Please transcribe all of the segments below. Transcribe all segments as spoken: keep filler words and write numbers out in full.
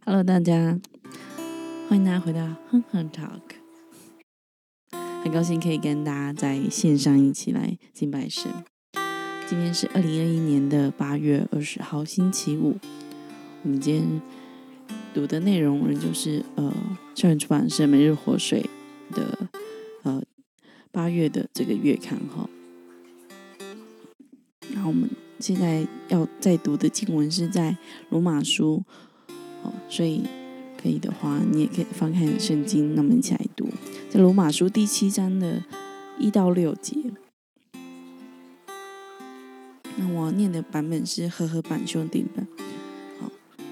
Hello， 大家，欢迎大家回到哼哼 Talk， 很高兴可以跟大家在线上一起来敬拜神。今天是二零二一年的八月二十号，星期五。我们今天读的内容仍旧是呃，校园出版社每日活水的呃八月的这个月刊哈。然后我们现在要再读的经文是在罗马书。哦、所以可以的话你也可以翻开圣经，那我们一起来读在罗马书第七章的一到六节。那我念的版本是和合版修订版。好，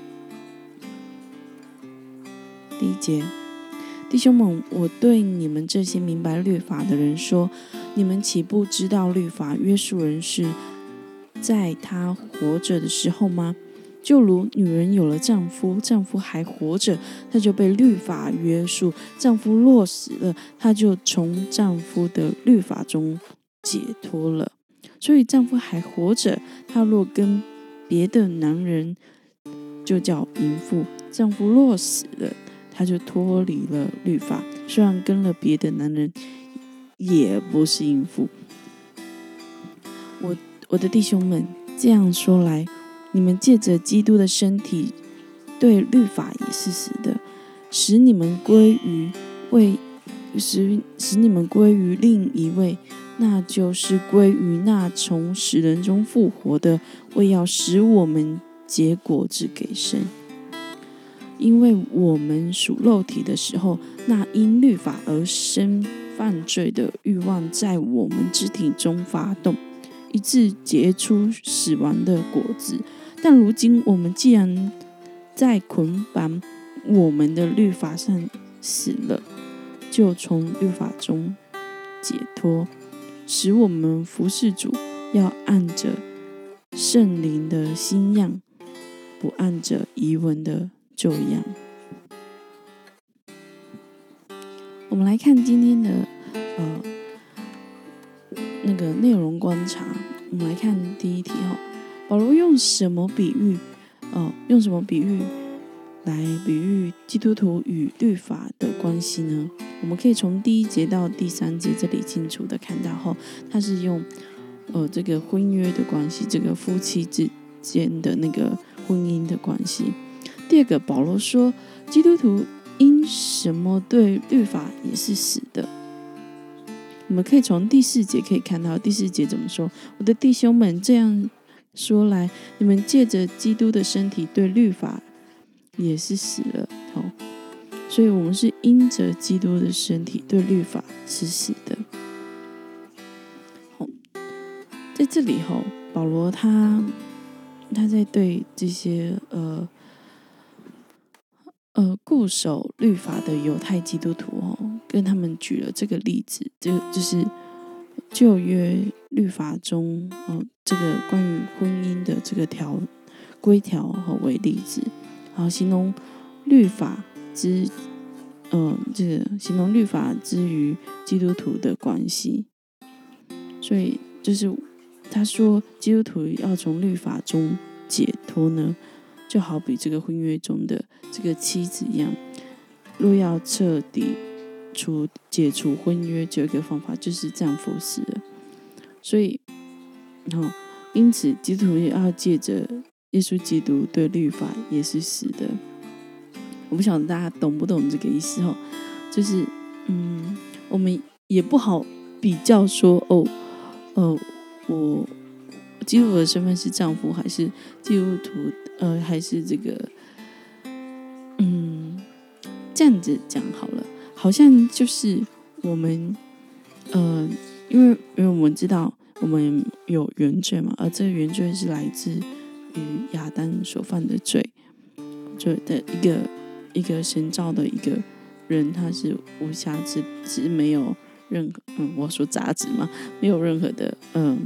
第一节，弟兄们，我对你们这些明白律法的人说，你们岂不知道律法约束人是在他活着的时候吗？就如女人有了丈夫，丈夫还活着，她就被律法约束；丈夫若死了，她就从丈夫的律法中解脱了。所以丈夫还活着，她若跟别的男人，就叫淫妇；丈夫若死了，她就脱离了律法，虽然跟了别的男人，也不是淫妇。我我的弟兄们，这样说来，你们借着基督的身体对律法也是死的，使你们归于为使使你们归于另一位，那就是归于那从死人中复活的，为要使我们结果子给神。因为我们属肉体的时候，那因律法而生犯罪的欲望在我们肢体中发动，以致结出死亡的果子。但如今我们既然在捆绑我们的律法上死了，就从律法中解脱，使我们服侍主，要按着圣灵的新样，不按着遗文的旧样。我们来看今天的呃那个内容观察。我们来看第一题哈。保罗用什么比喻？哦，用什么比喻来比喻基督徒与律法的关系呢？我们可以从第一节到第三节这里清楚的看到后，他是用呃这个婚约的关系，这个夫妻之间的那个婚姻的关系。第二个，保罗说基督徒因什么对律法也是死的？我们可以从第四节可以看到，第四节怎么说？我的弟兄们，这样说来，你们借着基督的身体对律法也是死了。好，所以我们是因着基督的身体对律法是死的。好，在这里后，保罗他他在对这些呃呃固守律法的犹太基督徒哦，跟他们举了这个例子，就就是旧约律法中哦，这个关于婚姻的这个条规条和为例子，好形容律法之呃这个形容律法之于基督徒的关系。所以就是他说基督徒要从律法中解脱呢，就好比这个婚约中的这个妻子一样，若要彻底除解除婚约，就有一个方法，就是丈夫死了。所以，哦、因此基督徒要借着耶稣基督对律法也是死的。我不晓得大家懂不懂这个意思哦？就是嗯，我们也不好比较说哦，呃，我基督徒的身份是丈夫，还是基督徒呃，还是这个嗯，这样子讲好了，好像就是我们呃，因为因为我们知道我们有原罪嘛，而这个原罪是来自于亚当所犯的罪，就的一个一个神造的一个人，他是无瑕疵，是没有任何嗯，我说杂质嘛，没有任何的嗯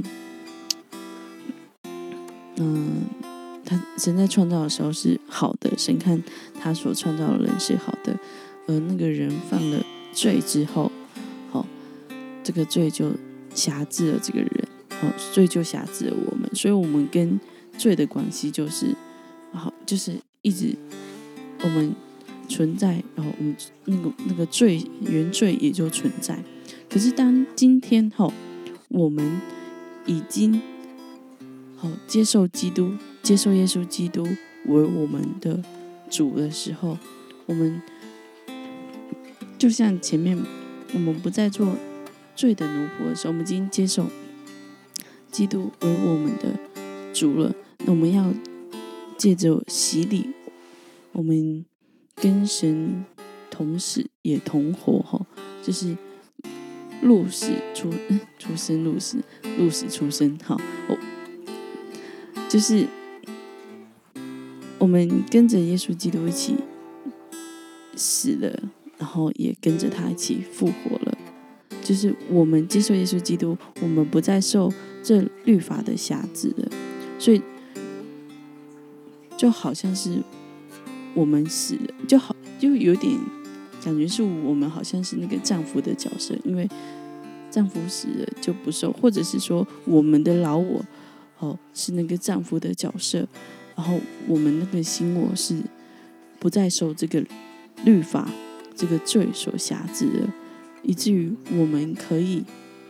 嗯，他神在创造的时候是好的，神看他所创造的人是好的，而那个人犯了罪之后，好，这个罪就辖制了这个人，好，罪就辖制了我们，所以我们跟罪的关系就是好，就是一直我们存在，然后我们那个那个罪原罪也就存在。可是当今天哈、哦，我们已经好、哦、接受基督，接受耶稣基督为我们的主的时候，我们就像前面我们不再做罪的奴仆的时候，我们已经接受基督为我们的主了。那我们要借着洗礼，我们跟神同死也同活哈，就是入死出出生入死，入死出生。好，哦，就是我们跟着耶稣基督一起死了，然后也跟着他一起复活了。就是我们接受耶稣基督，我们不再受这律法的辖制了，所以就好像是我们死了，就好就有点感觉是我们好像是那个丈夫的角色，因为丈夫死了就不受，或者是说我们的老我哦是那个丈夫的角色，然后我们那个新我是不再受这个律法这个罪所辖制了，以至于我们可以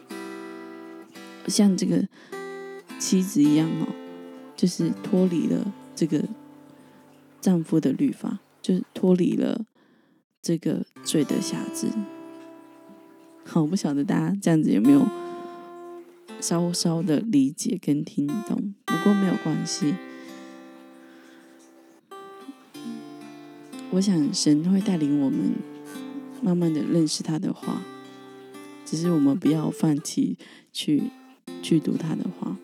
像这个妻子一样哦，就是脱离了这个丈夫的律法，就是脱离了这个罪的辖制。好，不晓得大家这样子有没有稍稍的理解跟听懂？不过没有关系，我想神会带领我们慢慢的认识他的话，只是我们不要放弃去去读他的话。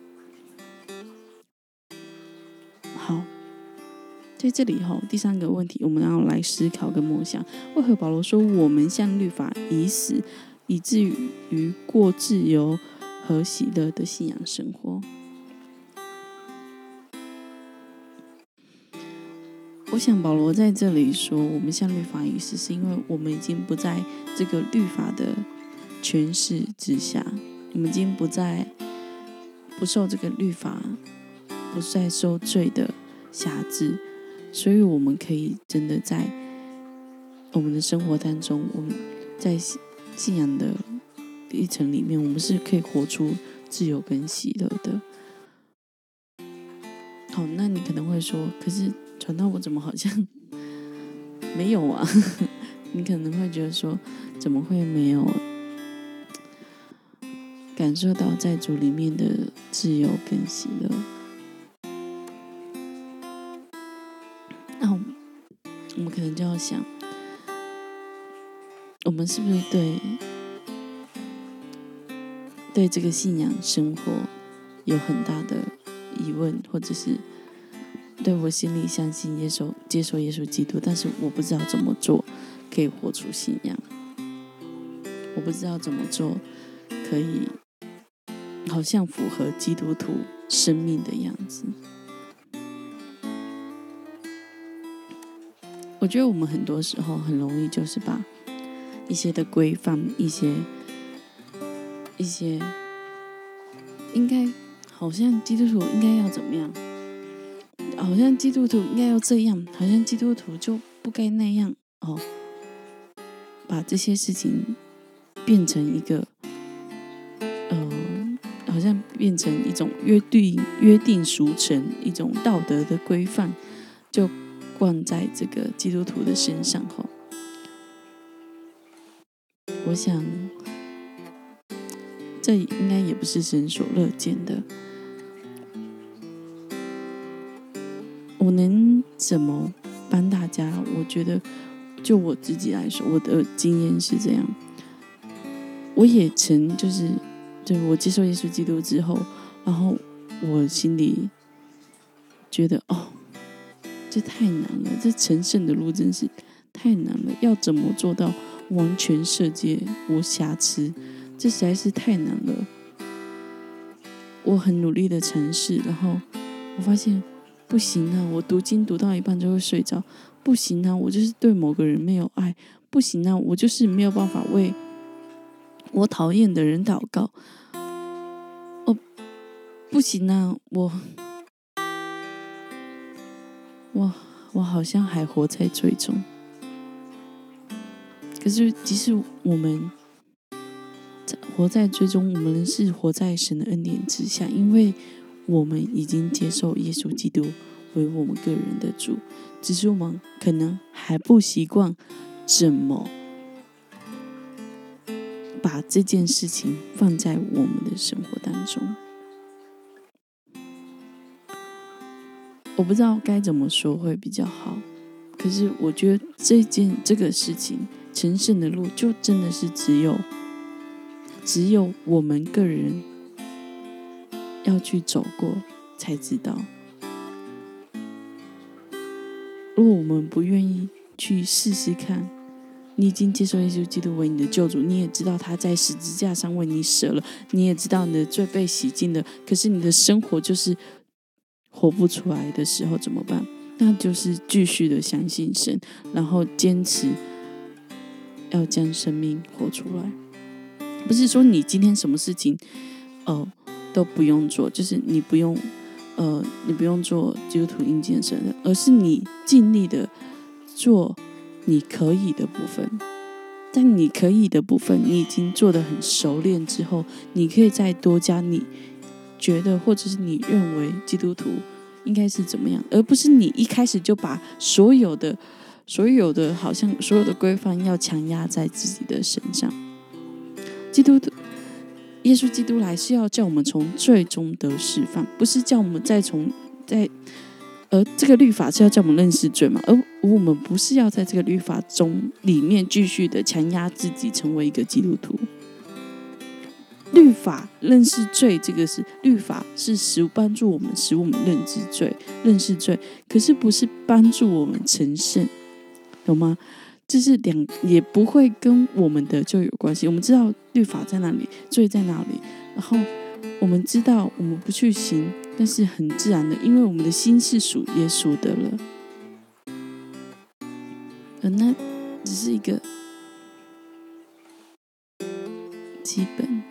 好，在这里后，第三个问题，我们要来思考跟默想：为何保罗说我们向律法已死，以至于过自由和喜乐的信仰生活？我想保罗在这里说我们向律法已死，是因为我们已经不在这个律法的权势之下，我们已经不再不受这个律法，不再受罪的辖制，所以我们可以真的在我们的生活当中，我们在信仰的历程里面，我们是可以活出自由跟喜乐的。好，那你可能会说，可是传道我怎么好像没有啊？你可能会觉得说，怎么会没有感受到在主里面的自由跟喜乐？那我们可能就要想，我们是不是对对这个信仰生活有很大的疑问，或者是对我心里相信耶稣接受耶稣基督，但是我不知道怎么做可以活出信仰，我不知道怎么做可以好像符合基督徒生命的样子。我觉得我们很多时候很容易就是把一些的规范，一些一些应该好像基督徒应该要怎么样，好像基督徒应该要这样，好像基督徒就不该那样哦，把这些事情变成一个呃，好像变成一种约定约定俗成，一种道德的规范，就灌在这个基督徒的身上后，我想这应该也不是神所乐见的。我能怎么帮大家？我觉得就我自己来说，我的经验是这样，我也曾就是就我接受耶稣基督之后，然后我心里觉得哦，这太难了，这成圣的路真是太难了，要怎么做到完全圣洁无瑕疵，这实在是太难了。我很努力的尝试，然后我发现不行啊，我读经读到一半就会睡着，不行啊，我就是对某个人没有爱，不行啊，我就是没有办法为我讨厌的人祷告，哦，不行啊，我我我好像还活在罪中。可是即使我们活在罪中，我们仍是活在神的恩典之下，因为我们已经接受耶稣基督为我们个人的主，只是我们可能还不习惯怎么把这件事情放在我们的生活当中。我不知道该怎么说会比较好，可是我觉得这件这个事情，成圣的路就真的是只有只有我们个人要去走过才知道。如果我们不愿意去试试看，你已经接受耶稣基督为你的救主，你也知道他在十字架上为你舍了，你也知道你的罪被洗净了，可是你的生活就是活不出来的时候怎么办？那就是继续的相信神，然后坚持要将生命活出来。不是说你今天什么事情呃都不用做，就是你不用呃你不用做基督徒应尽神的，而是你尽力的做你可以的部分。但你可以的部分你已经做得很熟练之后，你可以再多加你觉得或者是你认为基督徒应该是怎么样，而不是你一开始就把所有的所有的好像所有的规范要强压在自己的身上。基督徒耶稣基督来是要叫我们从罪中得释放，不是叫我们再从在而这个律法是要叫我们认识罪嘛，而我们不是要在这个律法中里面继续的强压自己成为一个基督徒。律法认识罪，这个是律法是使帮助我们使我们认知罪认识罪，可是不是帮助我们成圣，懂吗？这是两也不会跟我们的就有关系。我们知道律法在哪里，罪在哪里，然后我们知道我们不去行，但是很自然的，因为我们的心是属耶稣的了，而那只是一个基本。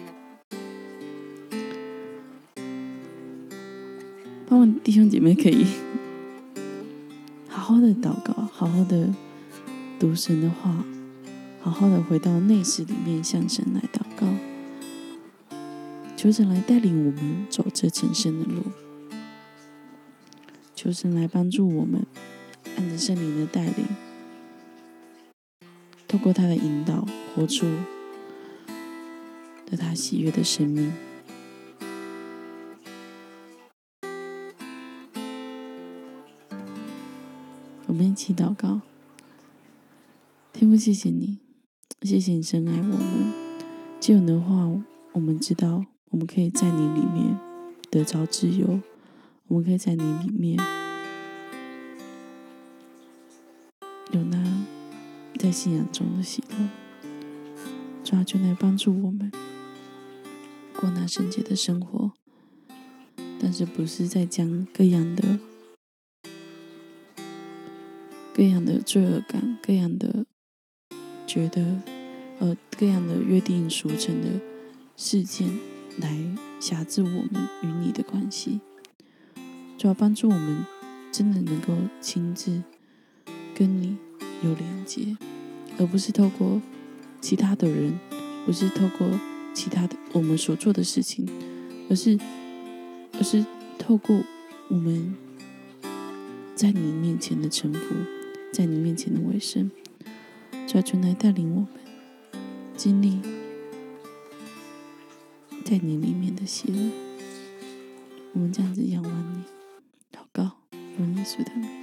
盼望弟兄姐妹可以好好的祷告，好好的读神的话，好好的回到内室里面向神来祷告，求神来带领我们走这成圣的路，求神来帮助我们按着圣灵的带领，透过他的引导活出对他喜悦的生命。我们一起祷告。天父，谢谢你，谢谢你深爱我们，借由你的话，我们知道我们可以在你里面得着自由，我们可以在你里面有那在信仰中的喜乐。主啊，就来帮助我们过那圣洁的生活，但是不是在将各样的各样的罪恶感，各样的觉得呃各样的约定俗成的事件来辖制我们与你的关系。主要帮助我们真的能够亲自跟你有连接，而不是透过其他的人，不是透过其他的我们所做的事情，而是而是透过我们在你面前的臣服，在你面前的委身。主要求来带领我们经历在你里面的喜乐。我们这样子仰望你，祷告，奉耶稣的名。